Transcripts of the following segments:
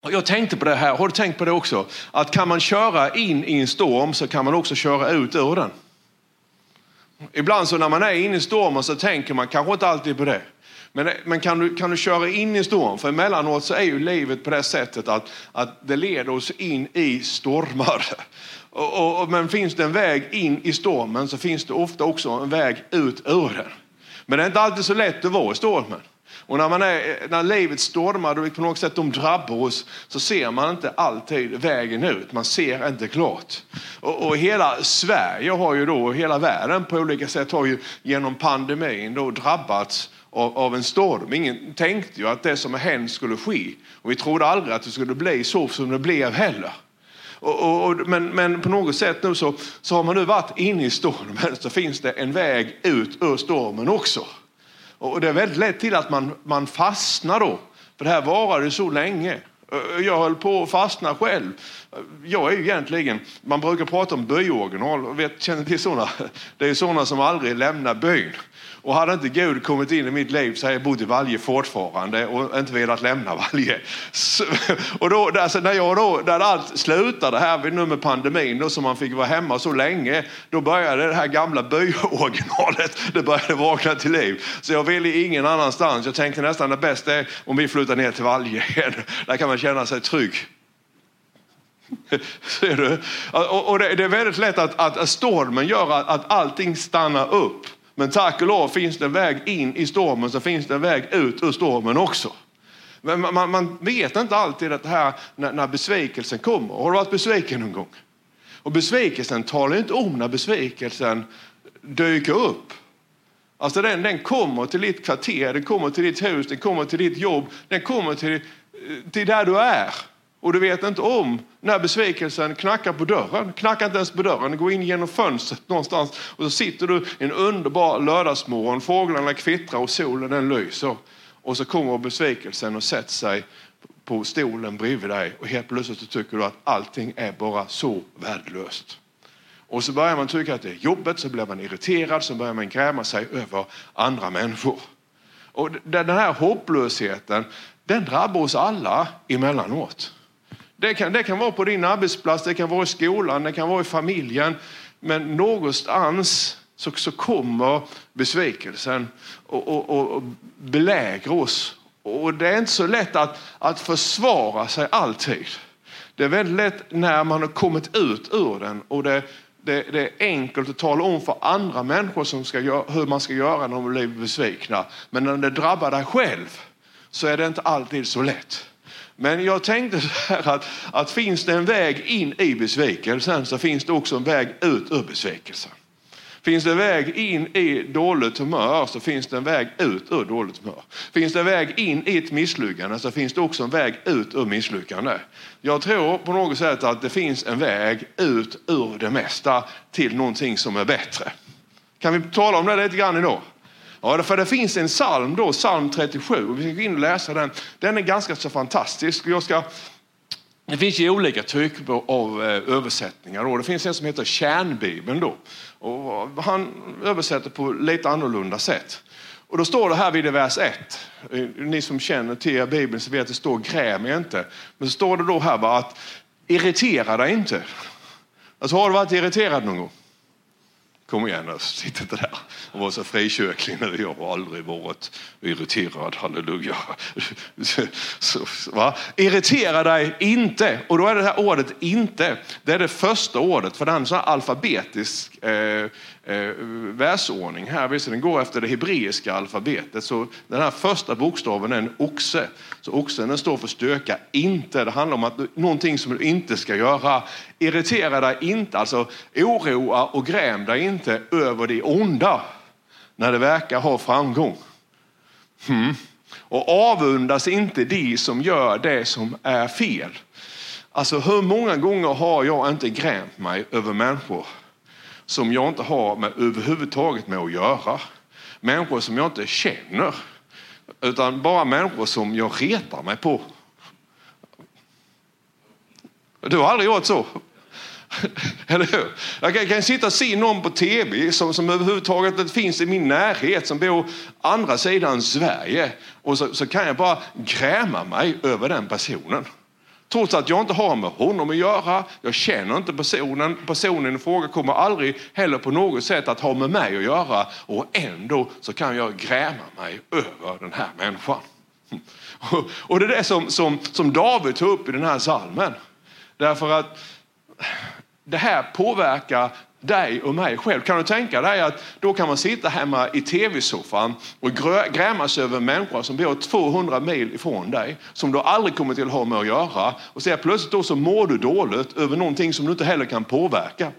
Jag tänkte på det här, har du tänkt på det också? Att kan man köra in i en storm så kan man också köra ut ur den. Ibland så när man är inne i stormen så tänker man kanske inte alltid på det. Men kan du köra in i storm? För emellanåt så är ju livet på det sättet att det leder oss in i stormar. Men finns det en väg in i stormen så finns det ofta också en väg ut ur den. Men det är inte alltid så lätt att vara i stormen. Och när livet stormar och på något sätt de drabbar oss så ser man inte alltid vägen ut. Man ser inte klart. Och hela Sverige har ju då, hela världen på olika sätt har ju genom pandemin då drabbats av en storm. Ingen tänkte ju att det som har hänt skulle ske. Och vi trodde aldrig att det skulle bli så som det blev heller. Men på något sätt nu så har man nu varit inne i stormen så finns det en väg ut ur stormen också. Och det är väldigt lätt till att man fastnar då. För det här varade så länge. Jag höll på att fastna själv. Jag är ju egentligen, man brukar prata om byoriginal. Känner till sådana? Det är sådana som aldrig lämnar byn. Och hade inte Gud kommit in i mitt liv så hade jag bott i Valje fortfarande och inte velat lämna Valje. Och då, alltså när allt slutade här nu med pandemin då, som man fick vara hemma så länge, då började det här gamla byoriginalet, det började vakna till liv. Så jag ville ingen annanstans. Jag tänkte nästan det bästa är om vi flyttar ner till Valje. Där kan man känna sig trygg. Ser du? Och det är väldigt lätt att stormen gör att allting stannar upp. Men tack och lov finns det en väg in i stormen så finns det en väg ut ur stormen också. Men man vet inte alltid att det här när besvikelsen kommer. Har du varit besviken någon gång? Och besvikelsen talar inte om när besvikelsen dyker upp. Alltså den kommer till ditt kvarter, den kommer till ditt hus, den kommer till ditt jobb, den kommer till där du är. Och du vet inte om när besvikelsen knackar på dörren. Knackar inte ens på dörren. Den går in genom fönstret någonstans. Och så sitter du en underbar lördagsmorgon. Fåglarna kvittrar och solen den lyser. Och så kommer besvikelsen och sätter sig på stolen bredvid dig. Och helt plötsligt så tycker du att allting är bara så värdelöst. Och så börjar man tycka att det är jobbigt. Så blir man irriterad. Så börjar man gräma sig över andra människor. Och den här hopplösheten, den drabbar oss alla emellanåt. Det kan vara på din arbetsplats, det kan vara i skolan, det kan vara i familjen. Men någonstans så kommer besvikelsen och belägrar oss. Och det är inte så lätt att försvara sig alltid. Det är väldigt lätt när man har kommit ut ur den. Och det är enkelt att tala om för andra människor hur man ska göra när de blir besvikna. Men när det drabbar dig själv så är det inte alltid så lätt. Men jag tänkte så här att finns det en väg in i besvikelsen så finns det också en väg ut ur besvikelsen. Finns det en väg in i dåligt humör så finns det en väg ut ur dåligt humör. Finns det en väg in i ett misslyckande så finns det också en väg ut ur misslyckande. Jag tror på något sätt att det finns en väg ut ur det mesta till någonting som är bättre. Kan vi tala om det lite grann idag? Ja, för det finns en psalm då, psalm 37. Vi ska gå in och läsa den. Den är ganska så fantastisk. Det finns ju olika typer av översättningar då. Det finns en som heter Kärnbibeln då. Och han översätter på lite annorlunda sätt. Och då står det här vid vers 1. Ni som känner till Bibeln så vet att det står gräm inte. Men så står det då här bara att irritera dig inte. Alltså har du varit irriterad någon gång? Kom igen, sitt inte där och var så frikyrklig när jag har aldrig varit irriterad, halleluja. Irritera dig inte. Och då är det här ordet inte, det är det första ordet för den så här alfabetisk versordning. Här visst den går efter det hebreiska alfabetet. Så den här första bokstaven är en oxe. Så oxen den står för stöka inte. Det handlar om att någonting som du inte ska göra. Irritera dig inte, alltså oroa och gräm dig inte över det onda när det verkar ha framgång. Och avundas inte de som gör det som är fel. Alltså hur många gånger har jag inte grämt mig över människor som jag inte har med överhuvudtaget med att göra. Människor som jag inte känner. Utan bara människor som jag retar mig på. Du har aldrig gjort så. Eller hur? Jag kan sitta och se någon på tv som överhuvudtaget inte finns i min närhet. Som bor andra sidan Sverige. Och så kan jag bara gräma mig över den personen. Trots att jag inte har med honom att göra. Jag känner inte personen. Personen i fråga kommer aldrig heller på något sätt att ha med mig att göra. Och ändå så kan jag gräma mig över den här människan. Och det är det som David tog upp i den här salmen. Därför att det här påverkar dig och mig själv. Kan du tänka dig att då kan man sitta hemma i tv-soffan och grämas över människor som bor 200 mil ifrån dig, som du aldrig kommer till att ha med att göra, och så plötsligt då så mår du dåligt över någonting som du inte heller kan påverka.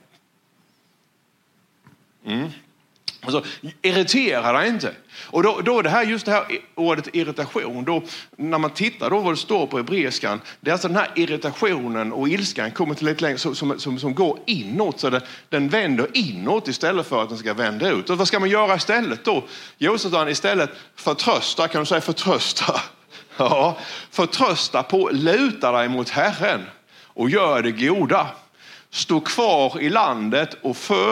Alltså, irritera dig inte. Och då det här, just det här ordet irritation, då, när man tittar då vad det står på hebreiskan, det är alltså den här irritationen och ilskan kommer till ett läge som går inåt, så den vänder inåt istället för att den ska vända ut. Och vad ska man göra istället då? Jo, så han istället förtrösta, kan du säga förtrösta? Ja, förtrösta på, luta dig mot Herren och gör det goda. Stå kvar i landet och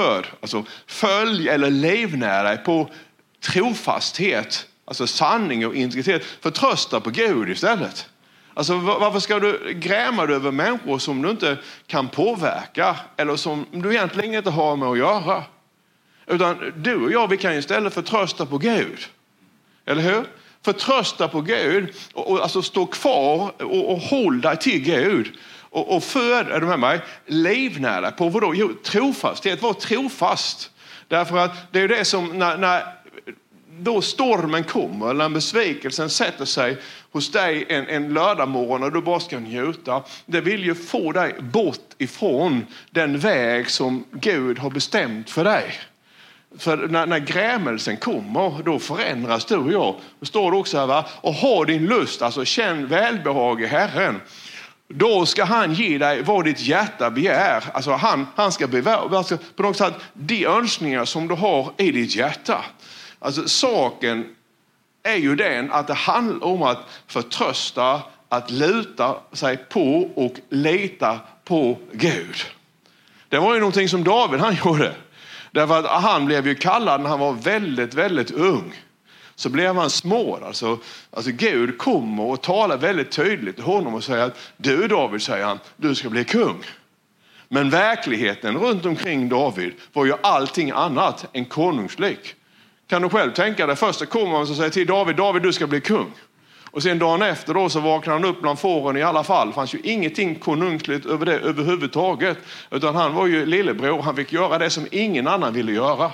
följ eller livnära dig på trofasthet, alltså sanning och integritet. Förtrösta på Gud istället. Alltså varför ska du gräma dig över människor som du inte kan påverka eller som du egentligen inte har med att göra? Utan du och jag, vi kan istället förtrösta på Gud. Eller hur? Förtrösta på Gud och alltså stå kvar och håll dig till Gud. Och är du med mig, livnära på vadå? Jo, trofasthet, var trofast. Därför att det är det som när då stormen kommer, när besvikelsen sätter sig hos dig en lördagmorgon och du bara ska njuta. Det vill ju få dig bort ifrån den väg som Gud har bestämt för dig. För när grämelsen kommer, då förändras du och jag. Det står det också här, va? Och ha din lust, alltså känn välbehag i Herren. Då ska han ge dig vad ditt hjärta begär. Alltså han ska alltså på något sätt de önskningar som du har i ditt hjärta. Alltså saken är ju den att det handlar om att förtrösta, att luta sig på och lita på Gud. Det var ju någonting som David han gjorde. Därför att han blev ju kallad när han var väldigt, väldigt ung. Så blev han små. Alltså Gud kommer och talar väldigt tydligt till honom och säger att du David, säger han, du ska bli kung. Men verkligheten runt omkring David var ju allting annat än konungslik. Kan du själv tänka dig, först kommer man och säger till David, du ska bli kung. Och sen dagen efter då så vaknar han upp bland fåren i alla fall. Det fanns ju ingenting konungsligt över det överhuvudtaget. Utan han var ju lillebror, han fick göra det som ingen annan ville göra.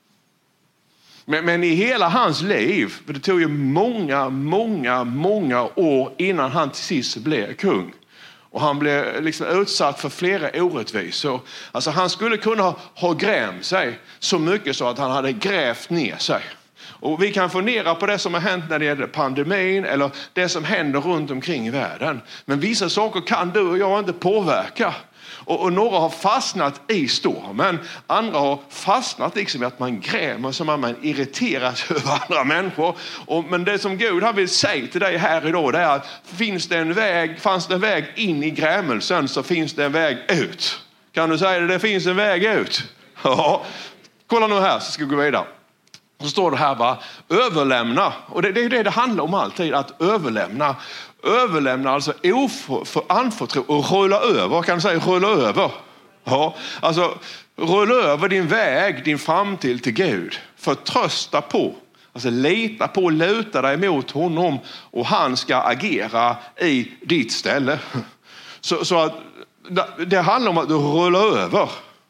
Men i hela hans liv, för det tog ju många år innan han till sist blev kung. Och han blev liksom utsatt för flera orättvisor. Alltså han skulle kunna ha grämt sig så mycket så att han hade grävt ner sig. Och vi kan fundera på det som har hänt när det gäller pandemin eller det som händer runt omkring i världen. Men vissa saker kan du och jag inte påverka. Och några har fastnat i stormen. Andra har fastnat liksom i att man grämer, som att man irriteras över andra människor. Men det som Gud har vill säga till dig här idag, det är att fanns det en väg in i grämelsen, så finns det en väg ut. Kan du säga det? Det finns en väg ut. Ja. Kolla nu här, så ska vi gå vidare. Så står det här, va? Överlämna. Och det är det handlar om alltid, att överlämna. Överlämna, alltså anförtro och rulla över. Kan du säga rulla över? Ja, alltså rulla över din väg, din framtid till Gud. Förtrösta på, alltså lita på, luta dig mot honom och han ska agera i ditt ställe. Så att det handlar om att du rullar över.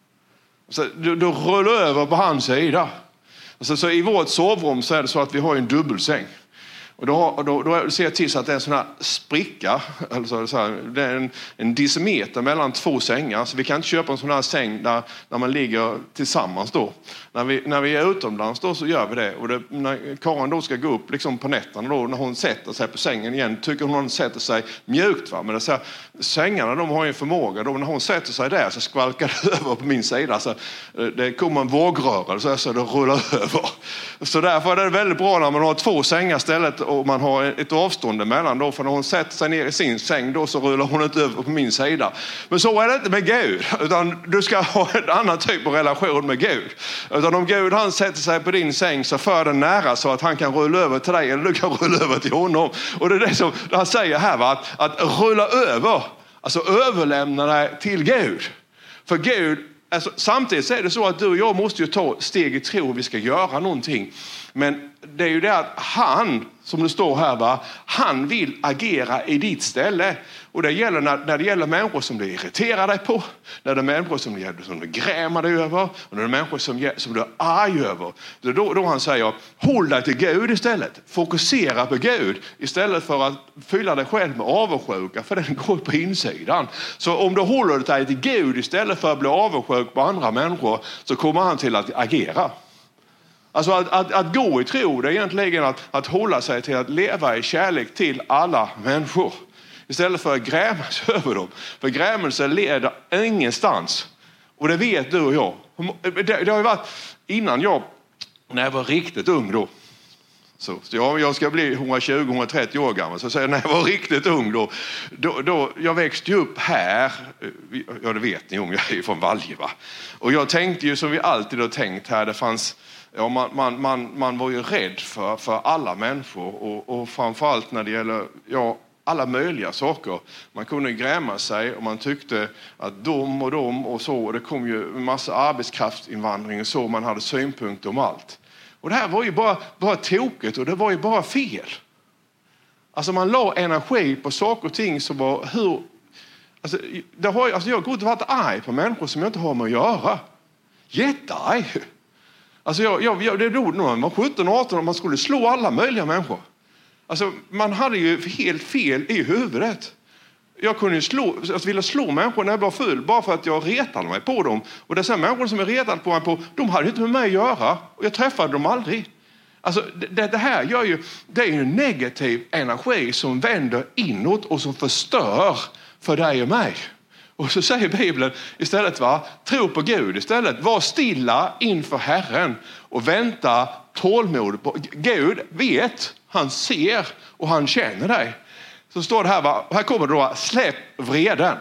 Så du rullar över på hans sida. Alltså, så i vårt sovrum så är det så att vi har en dubbelsäng. Och då ser jag till så att det är en sån här spricka, alltså så här, det är en decimeter mellan två sängar. Så vi kan inte köpa en sån här säng där man ligger tillsammans då. När vi är utomlands då så gör vi det. Och när Karin då ska gå upp liksom på nätterna då, när hon sätter sig på sängen igen, tycker hon sätter sig mjukt, va? Men det så här, sängarna de har ju en förmåga då, när hon sätter sig där så skvalkar det över på min sida. Så det kommer en vågrörelse så det rullar över. Så därför är det väldigt bra när man har två sängar stället och man har ett avstånd emellan då, för när hon sätter sig ner i sin säng då så rullar hon inte över på min sida. Men så är det inte med Gud, utan du ska ha en annan typ av relation med Gud. Utan om Gud han sätter sig på din säng så för den nära så att han kan rulla över till dig eller du kan rulla över till honom. Och det är det som han säger här, va? Att rulla över. Alltså överlämna dig till Gud. För Gud, alltså, samtidigt så är det så att du och jag måste ju ta steg i tro och vi ska göra någonting. Men det är ju det att han, som det står här, va, han vill agera i ditt ställe. Och det gäller när det gäller människor som du irriterar dig på, när det är människor som du grämer dig över, och när det är människor som du är arg över. Då han säger, håll dig till Gud istället. Fokusera på Gud istället för att fylla dig själv med avundsjuka, för den går på insidan. Så om du håller dig till Gud istället för att bli avundsjuk på andra människor, så kommer han till att agera. Alltså att gå i tro, det är egentligen att hålla sig till att leva i kärlek till alla människor. Istället för att grämas över dem. För grämelse leder ingenstans. Och det vet du och jag. Det har ju varit innan när jag var riktigt ung då. Så jag ska bli 120-130 år gammal. Så säger jag, när jag var riktigt ung då jag växte upp här. Ja, det vet ni om, jag är från Valje, va. Och jag tänkte ju som vi alltid har tänkt här. Det fanns... Ja, man var ju rädd för alla människor och framförallt när det gäller alla möjliga saker. Man kunde gräma sig och man tyckte att de och så. Och det kom ju en massa arbetskraftsinvandring och så. Man hade synpunkter om allt. Och det här var ju bara tokigt och det var ju bara fel. Alltså man la energi på saker och ting som var hur... Alltså jag har gått och varit arg på människor som jag inte har med att göra. Jättearg. Alltså det dog när man var 17-18 och man skulle slå alla möjliga människor. Alltså man hade ju helt fel i huvudet. Jag kunde ju vilja slå människor när jag var full bara för att jag retade mig på dem. Och dessa människor som jag retade på mig på, de hade inte med mig att göra. Och jag träffade dem aldrig. Alltså det här det är ju negativ energi som vänder inåt och som förstör för dig och mig. Och så säger Bibeln istället, tro på Gud istället. Var stilla inför Herren och vänta tålmodigt på Gud. Vet, han ser och han känner dig. Så står det här, här kommer det då, släpp vreden.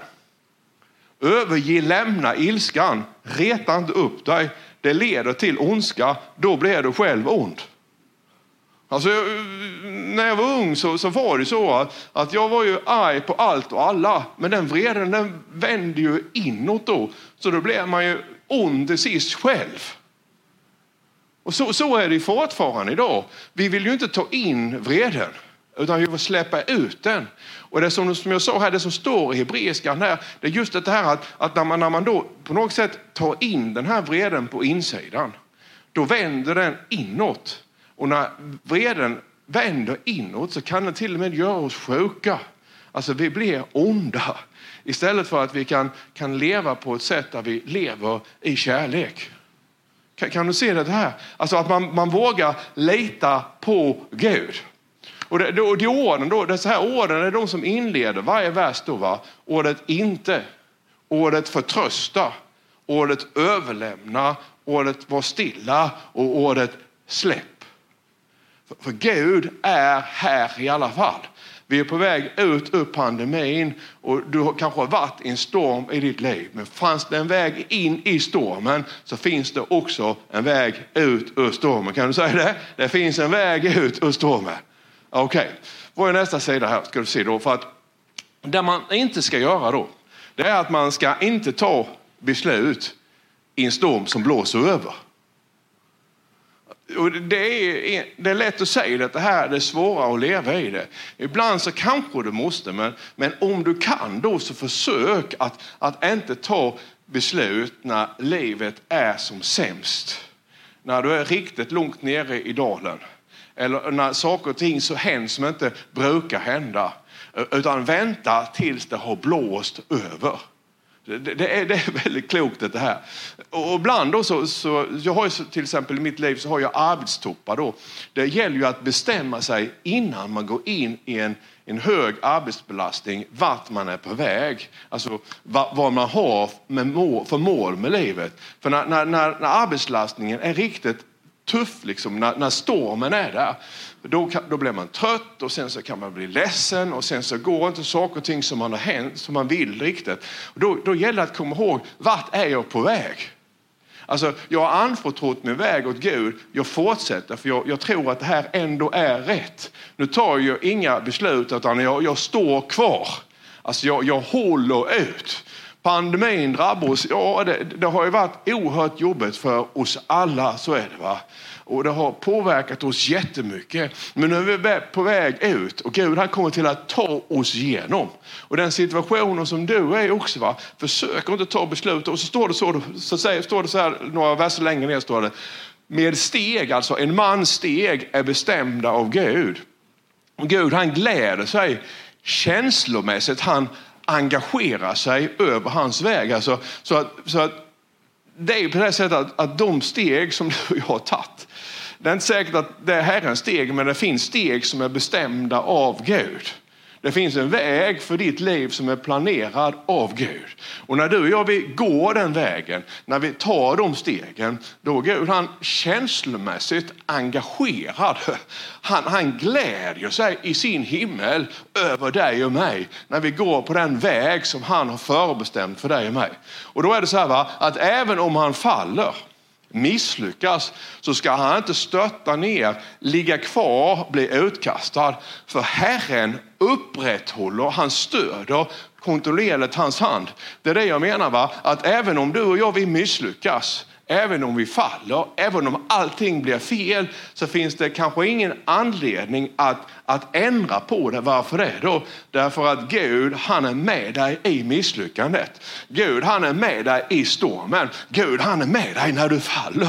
Överge, lämna ilskan. Reta inte upp dig. Det leder till ondska. Då blir du själv ond. Alltså, när jag var ung så var det så att jag var ju arg på allt och alla. Men den vreden, den vände ju inåt då. Så då blev man ju ond till sist själv. Och så är det fortfarande idag. Vi vill ju inte ta in vreden, utan vi vill släppa ut den. Och det som jag sa här, det som står i hebreiskan här, det är just det här att när man då på något sätt tar in den här vreden på insidan, då vänder den inåt. Och när vreden vänder inåt så kan den till och med göra oss sjuka. Alltså vi blir onda. Istället för att vi kan leva på ett sätt där vi lever i kärlek. Kan du se det här? Alltså att man vågar lita på Gud. Och de orden då, dessa här orden är de som inleder varje vers då, va? Ordet inte, ordet förtrösta, ordet överlämna, ordet var stilla och ordet släpp. För Gud är här i alla fall. Vi är på väg ut ur pandemin och du kanske har varit i en storm i ditt liv. Men fanns det en väg in i stormen så finns det också en väg ut ur stormen. Kan du säga det? Det finns en väg ut ur stormen. Okej. Vad är nästa sida här? Ska du se då. För att det man inte ska göra då, det är att man ska inte ta beslut i en storm som blåser över. Och det är lätt att säga att det här är det svåra att leva i det. Ibland så kanske du måste, men om du kan då så försök att inte ta beslut när livet är som sämst. När du är riktigt långt nere i dalen. Eller när saker och ting så händer som inte brukar hända. Utan vänta tills det har blåst över. Det är väldigt klokt det här. Och ibland då så jag har ju till exempel i mitt liv så har jag arbetstoppar då. Det gäller ju att bestämma sig innan man går in i en hög arbetsbelastning vart man är på väg. Alltså vad man har för mål med livet. För när arbetsbelastningen är riktigt tuff liksom, när stormen är där, då blir man trött och sen så kan man bli ledsen och sen så går inte saker och ting som man har hänt som man vill riktigt. Då gäller det att komma ihåg, vart är jag på väg? Alltså jag har anförtrott min väg åt Gud, jag fortsätter för jag tror att det här ändå är rätt. Nu tar jag inga beslut utan jag står kvar. Alltså jag håller ut. Pandemin drabbar oss. Ja, det har ju varit oerhört jobbigt för oss alla, så är det va. Och det har påverkat oss jättemycket. Men nu är vi på väg ut. Och Gud, han kommer till att ta oss igenom. Och den situationen som du är också, va. Försök inte ta beslut. Och så står det så här, några verser längre ner står det. Med steg, alltså en mans steg är bestämda av Gud. Och Gud, han gläder sig känslomässigt. Han engagerar sig över hans väg. Alltså, så att det är på det sättet att de steg som du och jag har tagit, det är inte säkert att det är Herrens steg, men det finns steg som är bestämda av Gud. Det finns en väg för ditt liv som är planerad av Gud. Och när du och jag vi går den vägen, när vi tar de stegen, då är Gud han känslomässigt engagerad. Han glädjer sig i sin himmel över dig och mig när vi går på den väg som han har förbestämt för dig och mig. Och då är det så här, va, att även om han faller, misslyckas, så ska han inte stötta ner, ligga kvar, bli utkastad. För Herren upprätthåller, han stöder kontrollerat hans hand. Det är det jag menar, va? Att även om du och jag vi misslyckas, även om vi faller, även om allting blir fel, så finns det kanske ingen anledning att ändra på det. Varför det då? Därför att Gud, han är med dig i misslyckandet. Gud, han är med dig i stormen. Gud, han är med dig när du faller.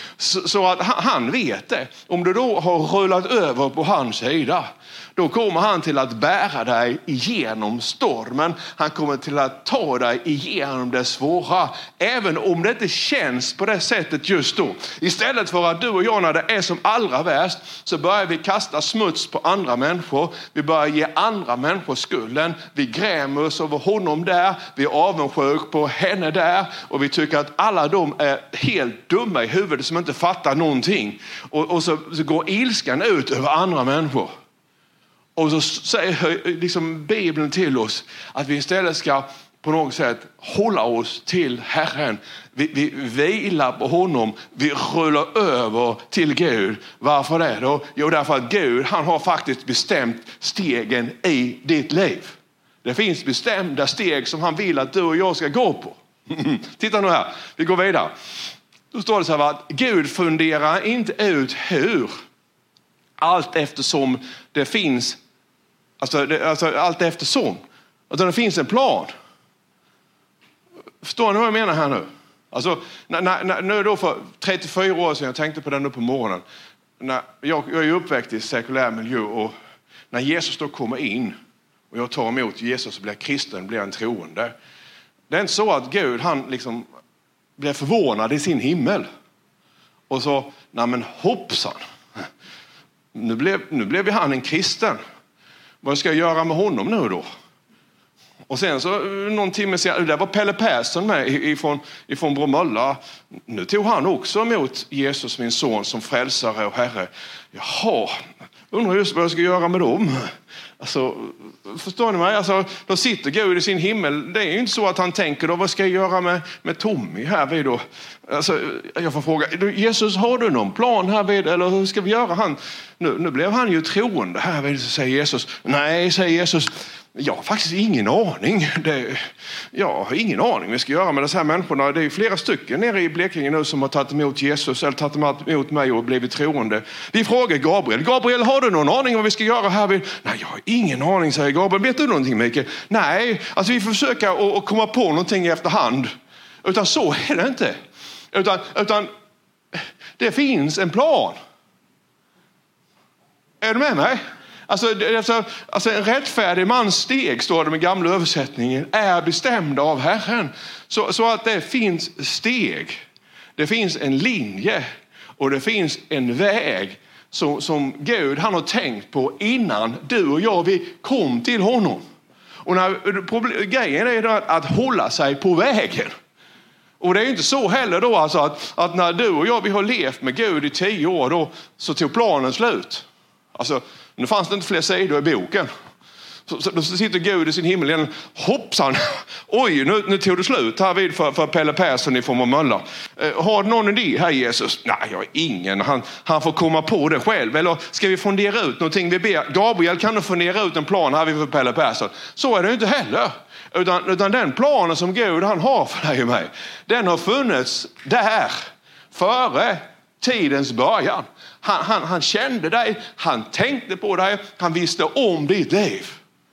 Så att han vet det. Om du då har rullat över på hans sida, då kommer han till att bära dig igenom stormen. Han kommer till att ta dig igenom det svåra. Även om det inte känns på det sättet just då. Istället för att du och jag när det är som allra värst, så börjar vi kasta smuts på andra människor. Vi börjar ge andra människor skulden. Vi grämer oss över honom där. Vi är avundsjuk på henne där. Och vi tycker att alla de är helt dumma i huvudet som inte fattar någonting. Och så går ilskan ut över andra människor. Och så säger liksom Bibeln till oss att vi istället ska på något sätt hålla oss till Herren. Vi vilar på honom. Vi rullar över till Gud. Varför det då? Jo, därför att Gud, han har faktiskt bestämt stegen i ditt liv. Det finns bestämda steg som han vill att du och jag ska gå på. Titta nu här, vi går vidare. Då står det så här att Gud funderar inte ut hur. Allt eftersom det finns, alltså allt eftersom. Alltså det finns en plan. Förstår ni vad jag menar här nu? Alltså, nu då för 34 år sedan, jag tänkte på den nu på morgonen. Jag är ju uppväxt i sekulär miljö, och när Jesus då kommer in och jag tar emot Jesus och blir kristen, blir en troende. Det är inte så att Gud, han liksom blir förvånad i sin himmel. Och så, nej men hoppsan. Nu blev han en kristen. Vad ska jag göra med honom nu då? Och sen så någon timme senare, där var Pelle Persson med ifrån Bromölla. Nu tog han också emot Jesus, min son, som frälsare och herre. Jaha, undrar just vad jag ska göra med dem. Alltså, förstår ni mig? Alltså, då sitter Gud i sin himmel. Det är ju inte så att han tänker då, vad ska jag göra med Tommy här vid då? Alltså, jag får fråga, Jesus, har du någon plan här vid? Eller hur ska vi göra? Nu blev han ju troende här vid, säger Jesus. Nej, säger Jesus. Jag har faktiskt ingen aning. Jag har ingen aning vad vi ska göra med dessa här människorna. Det är flera stycken nere i Blekinge nu som har tagit emot Jesus eller tagit emot mig och blivit troende. Vi frågar Gabriel. Gabriel, har du någon aning vad vi ska göra här? Nej, jag har ingen aning, säger Gabriel. Vet du någonting, Mikael? Nej, alltså vi försöker att komma på någonting i efterhand. Utan så är det inte. Utan det finns en plan. Är du med mig? Alltså en rättfärdig mans steg, står det med gamla översättningen, är bestämda av Herren. Så att det finns steg. Det finns en linje. Och det finns en väg som Gud han har tänkt på innan du och jag vi kom till honom. Och grejen är att hålla sig på vägen. Och det är inte så heller då alltså att när du och jag vi har levt med Gud i 10 år då, så tog planen slut. Alltså, nu fanns det inte fler sidor i boken. Så sitter Gud i sin himmel igen. Hoppsan, oj, nu tog det slut här vid för Pelle Persson i form av Mölla. Har du någon idé här, Jesus? Nej, jag har ingen. Han får komma på det själv. Eller ska vi fundera ut någonting? Vi ber Gabriel, kan du fundera ut en plan här vid för Pelle Persson? Så är det inte heller. Utan den planen som Gud han har för dig och mig, den har funnits där före tidens början. Han kände dig, han tänkte på dig, han visste om ditt liv.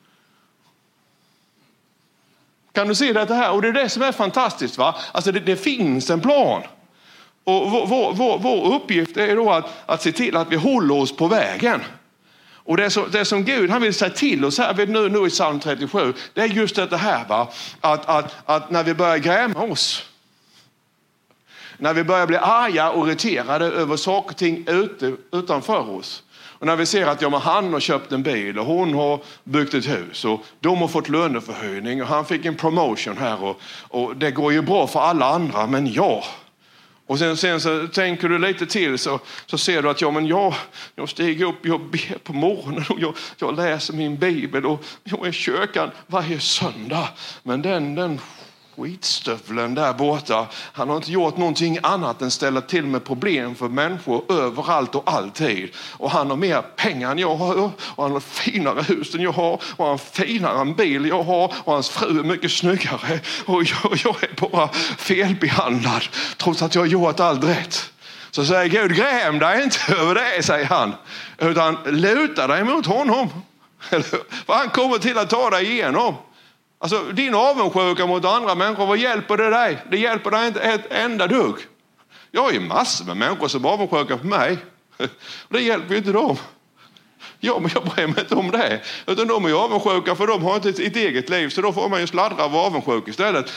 Kan du se det här? Och det är det som är fantastiskt, va? Alltså det finns en plan. Och vår uppgift är då att se till att vi håller oss på vägen. Och det som Gud han vill säga till oss här nu i psalm 37, det är just det här, va? Att när vi börjar gräma oss, när vi börjar bli arga och irriterade över saker och ting utanför oss. Och när vi ser att han har köpt en bil och hon har byggt ett hus och de har fått löneförhöjning och han fick en promotion här och det går ju bra för alla andra, men jag. Och sen så tänker du lite till så ser du att jag stiger upp, jag ber på morgonen och jag läser min bibel och jag är i kyrkan varje söndag. Men den skitstövlen där borta, han har inte gjort någonting annat än ställa till med problem för människor överallt och alltid. Och han har mer pengar än jag har och han har finare hus än jag har och han har finare en bil jag har och hans fru är mycket snyggare och jag är bara felbehandlad trots att jag har gjort allt rätt. Så säger Gud, gräm dig inte över det, säger han, utan luta dig mot honom. För han kommer till att ta dig igenom. Alltså din avundsjuka mot andra människor, vad hjälper det dig? Det hjälper dig inte ett enda dugg. Jag har ju massor med människor som är avundsjuka på mig. Det hjälper ju inte dem. Ja, men jag bryr mig inte om det. Utan de är avundsjuka för de har inte ett eget liv. Så då får man ju sladdra och vara avundsjuk istället.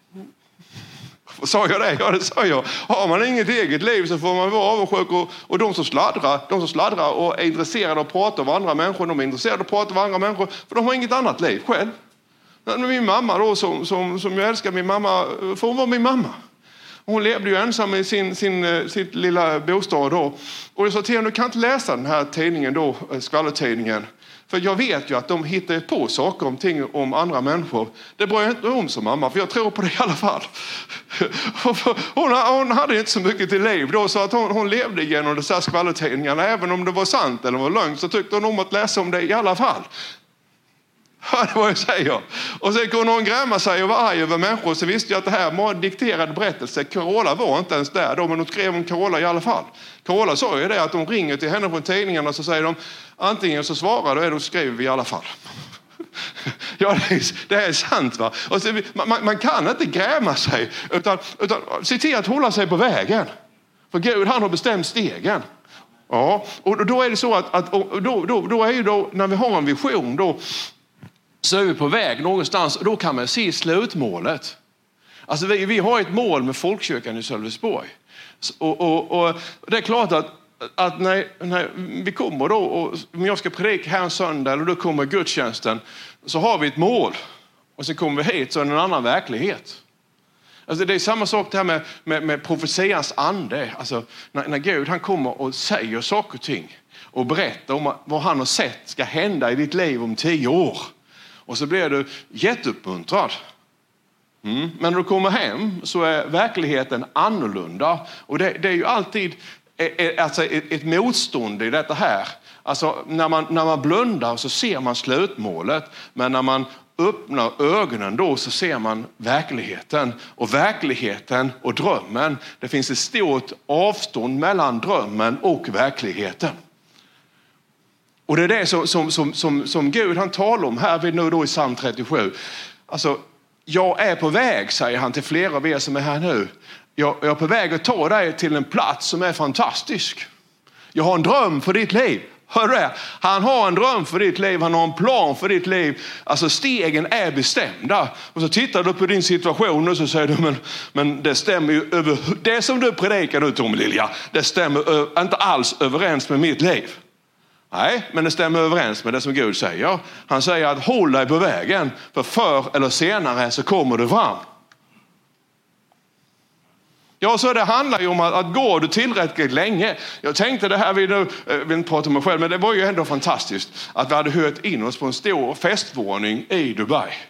Sa jag det? Ja, det sa jag. Har man inget eget liv så får man vara avundsjuk. Och de som sladdrar och är intresserade av att prata om andra människor, de är intresserade av att prata om andra människor för de har inget annat liv själv. Min mamma då, som jag älskar, min mamma, för hon var min mamma. Hon levde ju ensam i sitt lilla bostad då. Och jag sa till henne, du kan inte läsa den här tidningen då, skvallertidningen. För jag vet ju att de hittar på saker om ting om andra människor. Det bryr jag inte om som mamma, för jag tror på det i alla fall. Hon hade inte så mycket till liv då, så att hon levde igenom de här skvallertidningarna. Även om det var sant eller var lögn så tyckte hon om att läsa om det i alla fall. Ja, det var jag säger. Och sen kunde hon gräma sig och vara arg över människor. Så visste jag att det här var en dikterad berättelse. Carola var inte ens där då, men de skrev om Carola i alla fall. Carola sa ju det att de ringer till henne från tidningarna och så säger de antingen så svarar du eller så skriver vi i alla fall. Ja, det är sant, va? Och så, man kan inte gräma sig utan se till att hålla sig på vägen. För Gud, han har bestämt stegen. Ja, och då är det så att då är ju då, när vi har en vision då, så är vi på väg någonstans och då kan man se slutmålet. Alltså vi har ett mål med Folkkyrkan i Sölvesborg. Och det är klart att när vi kommer då, och om jag ska predika här en söndag eller då kommer gudstjänsten, så har vi ett mål. Och så kommer vi hit så är det en annan verklighet. Alltså det är samma sak det här med profetians ande. Alltså när Gud han kommer och säger saker och ting och berättar om vad han har sett ska hända i ditt liv om 10 år. Och så blir du jätteuppmuntrad. Men när du kommer hem så är verkligheten annorlunda. Och det är ju alltid alltså ett motstånd i detta här. Alltså när man blundar så ser man slutmålet. Men när man öppnar ögonen då så ser man verkligheten. Och verkligheten och drömmen. Det finns ett stort avstånd mellan drömmen och verkligheten. Och det är det som Gud han talar om här vid nu då i psalm 37. Alltså, jag är på väg, säger han till flera av er som är här nu. Jag är på väg att ta dig till en plats som är fantastisk. Jag har en dröm för ditt liv. Hör du det? Han har en dröm för ditt liv. Han har en plan för ditt liv. Alltså stegen är bestämda. Och så tittar du på din situation och så säger du, men det stämmer ju över det som du predikar nu, Tom Lilja. Det stämmer inte alls överens med mitt liv. Nej, men det stämmer överens med det som Gud säger. Han säger att håll dig på vägen, för förr eller senare så kommer du fram. Ja, så det handlar ju om att gå du tillräckligt länge. Jag tänkte det här, vi vill inte prata om mig själv, men det var ju ändå fantastiskt att vi hade hört in oss på en stor festvåning i Dubai.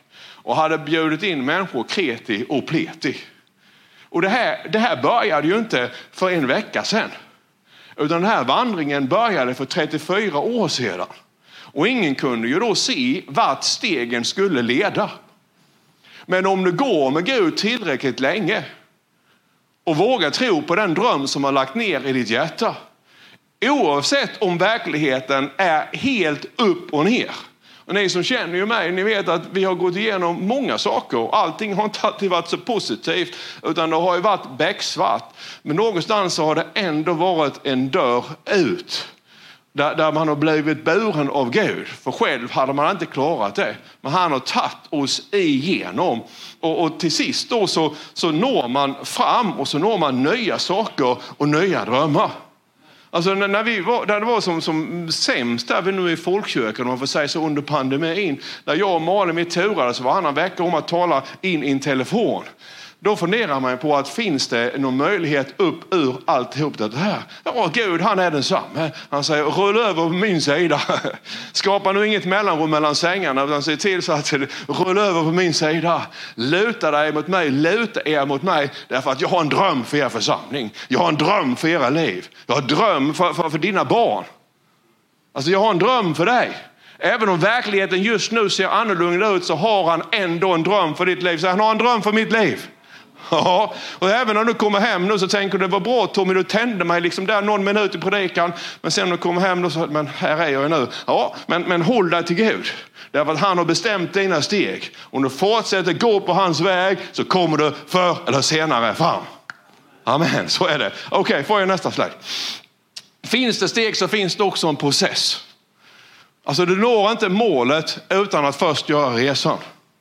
och hade bjudit in människor kreti och pleti. Och det här började ju inte för en vecka sedan. Utan den här vandringen började för 34 år sedan. Och ingen kunde ju då se vart stegen skulle leda. Men om du går med Gud tillräckligt länge och vågar tro på den dröm som har lagt ner i ditt hjärta. Oavsett om verkligheten är helt upp och ner. Och ni som känner ju mig, ni vet att vi har gått igenom många saker. Allting har inte alltid varit så positivt, utan det har ju varit becksvart. Men någonstans så har det ändå varit en dörr ut. Där man har blivit buren av Gud. För själv hade man inte klarat det. Men han har tagit oss igenom. Och till sist då så når man fram och så når man nya saker och nya drömmar. Alltså när det var som sämst där vi nu i folkkyrkan, om man får säga så, under pandemin. Där jag och Malin vi turade så varannan vecka om att tala in i en telefon. Då funderar man på att finns det någon möjlighet upp ur alltihop det här. Ja, Gud han är densamme. Han säger rulla över på min sida. Skapa nu inget mellanrum mellan sängarna, utan se till så att rulla över på min sida. Luta dig mot mig, luta er mot mig. Därför att jag har en dröm för er församling. Jag har en dröm för era liv. Jag har en dröm för dina barn. Alltså jag har en dröm för dig. Även om verkligheten just nu ser annorlunda ut så har han ändå en dröm för ditt liv. Så han har en dröm för mitt liv. Ja, och även när du kommer hem nu så tänker du det var bra Tommy, du tände mig liksom där någon minut i predikan. Men sen när du kommer hem då så, men här är jag nu. Ja, men håll dig till Gud. Därför att han har bestämt dina steg. Om du fortsätter gå på hans väg så kommer du förr eller senare fram. Amen, så är det. Okej, får jag nästa slide. Finns det steg så finns det också en process. Alltså du når inte målet utan att först göra resan.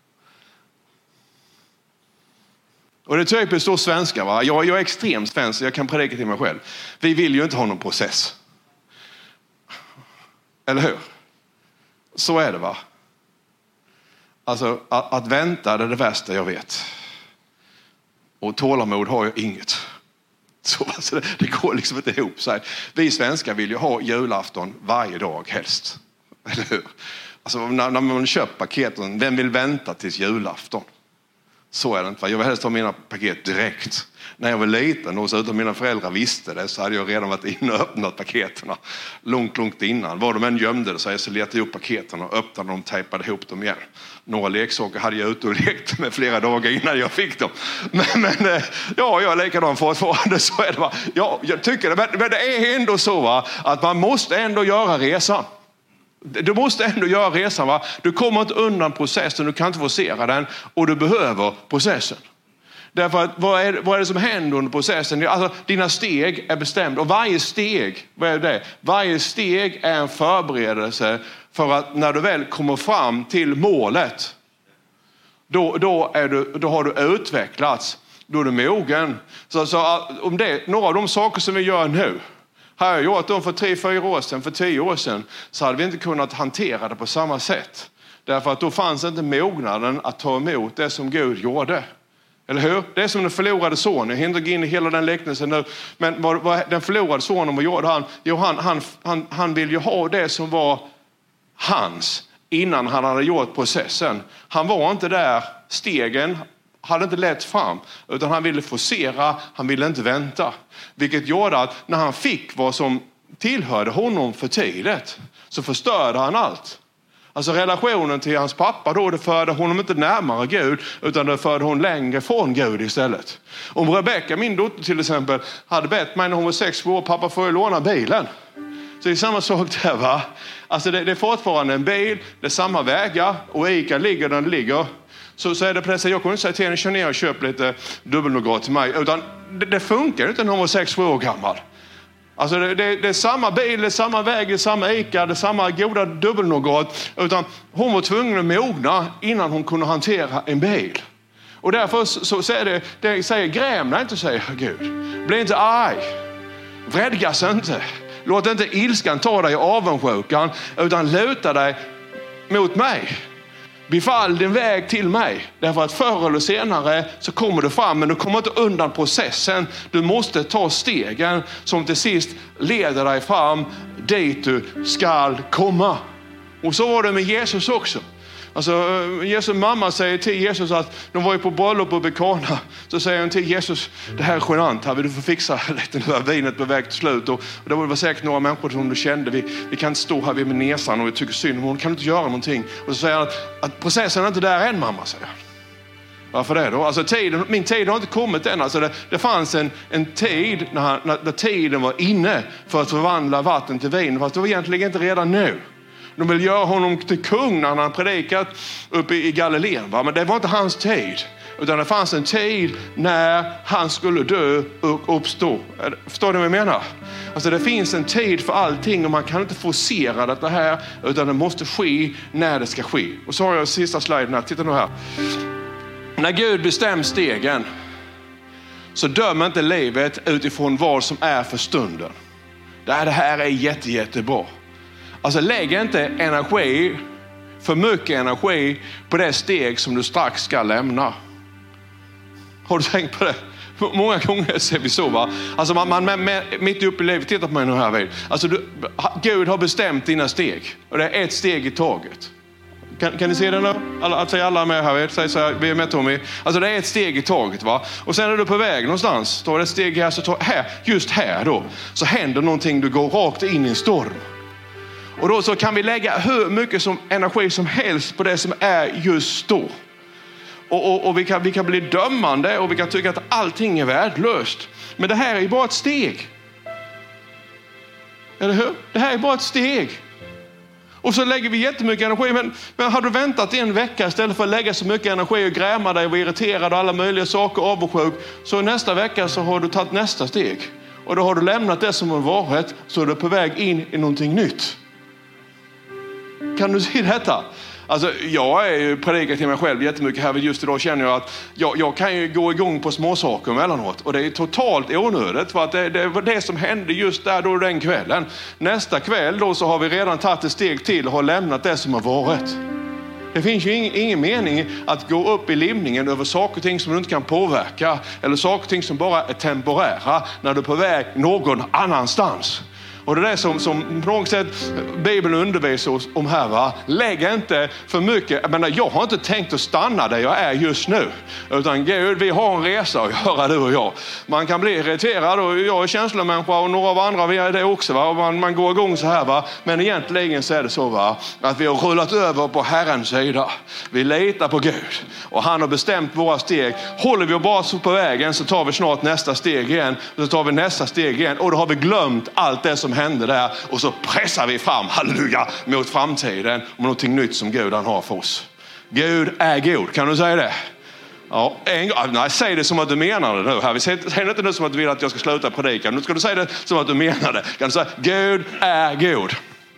Och det är typiskt då svenska, va? Jag är extremt svensk, jag kan predika till mig själv. Vi vill ju inte ha någon process. Eller hur? Så är det, va? Alltså att vänta är det värsta jag vet. Och tålamod har jag inget. Så alltså, det går liksom inte ihop sig. Vi svenskar vill ju ha julafton varje dag helst. Eller hur? Alltså när man köper paketen, vem vill vänta tills julafton? Så är det inte. Jag vill helst ha mina paket direkt. När jag var liten och så utan mina föräldrar visste det så hade jag redan varit inne och öppnat paketen långt innan. Var de än gömde det så jag letade upp paketen och öppnade dem och tejpade ihop dem igen. Några leksaker hade jag ute och lekt med flera dagar innan jag fick dem. Men ja, jag är likadan fortfarande, så är det, va? Ja, jag tycker det, men det är ändå så, va, att man måste ändå göra resan. Du måste ändå göra resan, va? Du kommer inte undan processen, du kan inte forcera den och du behöver processen. Därför att vad är det som händer under processen? Alltså dina steg är bestämda och varje steg, vad är det? Varje steg är en förberedelse för att när du väl kommer fram till målet då har du utvecklats, då är du mogen. Så om det är några av de saker som vi gör nu. Har jag gjort dem för 3-4 år sedan, för 10 år sedan, så hade vi inte kunnat hantera det på samma sätt. Därför att då fanns inte mognaden att ta emot det som Gud gjorde. Eller hur? Det är som den förlorade sonen. Jag hinner gå in i hela den liknelsen nu. Men vad den förlorade sonen, vad gjorde han? Jo, han vill ju ha det som var hans innan han hade gjort processen. Han var inte där, stegen hade inte lett fram, utan han ville forcera, han ville inte vänta. Vilket gjorde att när han fick vad som tillhörde honom för tidigt så förstörde han allt. Alltså relationen till hans pappa då, det förde honom inte närmare Gud, utan det förde hon längre från Gud istället. Om Rebecka, min dotter till exempel, hade bett mig när hon var 6 år, pappa får jag låna bilen. Så det är samma sak där, va? Alltså det är fortfarande en bil, det är samma vägar och Ica ligger där den ligger. Så är det plötsligt, jag kunde inte säga till henne, kör ner och köp lite dubbelnougat till mig. Utan det funkar inte när hon var 6 år gammal. Alltså det är samma bil, det är samma väg, det är samma Ica, det är samma goda dubbelnougat. Utan hon var tvungen att mogna innan hon kunde hantera en bil. Och därför så säger det säger gräm dig inte, säger Gud. Bli inte arg. Vredgas inte. Låt inte ilskan ta dig i avundsjukan, utan luta dig mot mig. Befall din väg till mig. Därför att förr eller senare så kommer du fram, men du kommer inte undan processen. Du måste ta stegen som till sist leder dig fram dit du ska komma. Och så var det med Jesus också. Alltså Jesu mamma säger till Jesus att de var ju på bröllop på Bekana. Så säger hon till Jesus, det här är genant, här vill du få fixa lite, nu är vinet på väg till slut. Och det var säkert några människor som du kände, vi kan inte stå här vid näsan och vi tycker synd om hon, kan du inte göra någonting? Och så säger han att processen är inte där än, mamma, säger han. Varför det då? Alltså min tid har inte kommit än. Alltså det fanns en tid när tiden var inne för att förvandla vatten till vin. Fast det var egentligen inte redan nu. De vill göra honom till kung när han predikat uppe i Galileen. Va? Men det var inte hans tid. Utan det fanns en tid när han skulle dö och uppstå. Förstår ni vad jag menar? Alltså det finns en tid för allting och man kan inte forcera det här. Utan det måste ske när det ska ske. Och så har jag sista sliden här. Titta nu här. När Gud bestämmer stegen så dömer inte livet utifrån vad som är för stunden. Det här är jättebra. Alltså lägg inte för mycket energi på det steg som du strax ska lämna. Har du tänkt på det? Många gånger ser vi så, va? Alltså man mitt uppe i livet, titta på mig nu här vid. Alltså Gud har bestämt dina steg och det är ett steg i taget. Kan ni se det nu? Alla är med här vid. Säg så här, vi är med Tommy. Alltså det är ett steg i taget, va? Och sen är du på väg någonstans. Tar ett steg här, så just här då. Så händer någonting, du går rakt in i en storm. Och då så kan vi lägga hur mycket som energi som helst på det som är just då. Och vi kan bli dömande och vi kan tycka att allting är värdelöst. Men det här är ju bara ett steg. Eller hur? Det här är bara ett steg. Och så lägger vi jättemycket energi. Men har du väntat en vecka istället för att lägga så mycket energi och gräma dig och vara irriterad och alla möjliga saker, avundsjuk. Så nästa vecka så har du tagit nästa steg. Och då har du lämnat det som har varit, så är du på väg in i någonting nytt. Kan du se detta? Alltså jag är ju predikat till mig själv jättemycket här. Just idag känner jag att jag kan ju gå igång på små saker emellanåt. Och det är totalt onödigt för att det var det som hände just där då den kvällen. Nästa kväll då så har vi redan tagit ett steg till och har lämnat det som har varit. Det finns ju ingen mening att gå upp i limningen över saker och ting som du inte kan påverka. Eller saker och ting som bara är temporära när du är på väg någon annanstans. Och det är det som på något sätt Bibeln undervisar oss om här, va? Lägg inte för mycket. Jag har inte tänkt att stanna där jag är just nu. Utan Gud, vi har en resa att göra, du och jag. Man kan bli irriterad och jag är känslomänniska och några av andra vi är det också, va? Man går igång så här, va? Men egentligen så är det så, va? Att vi har rullat över på Herrens sida. Vi litar på Gud och han har bestämt våra steg. Håller vi bara så på vägen så tar vi snart nästa steg igen. Och så tar vi nästa steg igen och då har vi glömt allt det som händer där och så pressar vi fram, halleluja, mot framtiden och någonting nytt som Gud han har för oss. Gud är god, kan du säga det? Ja, nej, säg det som att du menar det nu här. Säg det inte nu som att du vill att jag ska sluta predika. Nu ska du säga det som att du menar det. Kan du säga, Gud är god?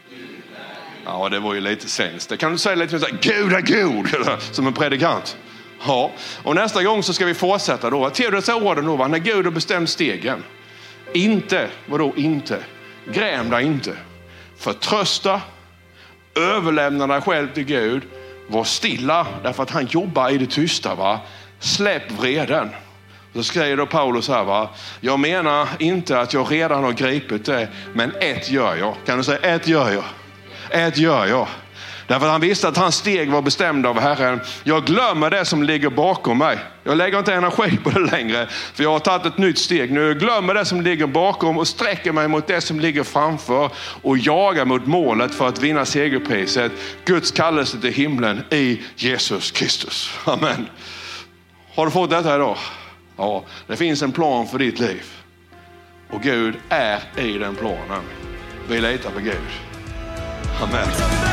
Ja, det var ju lite sämst. Kan du säga lite mer, Gud är god, som en predikant? Ja, och nästa gång så ska vi fortsätta då. Till dessa orden då, när Gud har bestämt stegen. Inte, vadå inte? Gräm dig inte. Förtrösta. Överlämna dig själv till Gud. Var stilla därför att han jobbar i det tysta, va? Släpp vreden. Så skriver då Paulus här, va? Jag menar inte att jag redan har gripit det, men ett gör jag. Kan du säga ett gör jag? Ett gör jag. Därför att han visste att hans steg var bestämd av Herren. Jag glömmer det som ligger bakom mig. Jag lägger inte energi på det längre. För jag har tagit ett nytt steg nu. Jag glömmer det som ligger bakom och sträcker mig mot det som ligger framför. Och jagar mot målet för att vinna segerpriset. Guds kallelse till himlen i Jesus Kristus. Amen. Har du fått detta idag? Ja, det finns en plan för ditt liv. Och Gud är i den planen. Vi litar på Gud. Amen.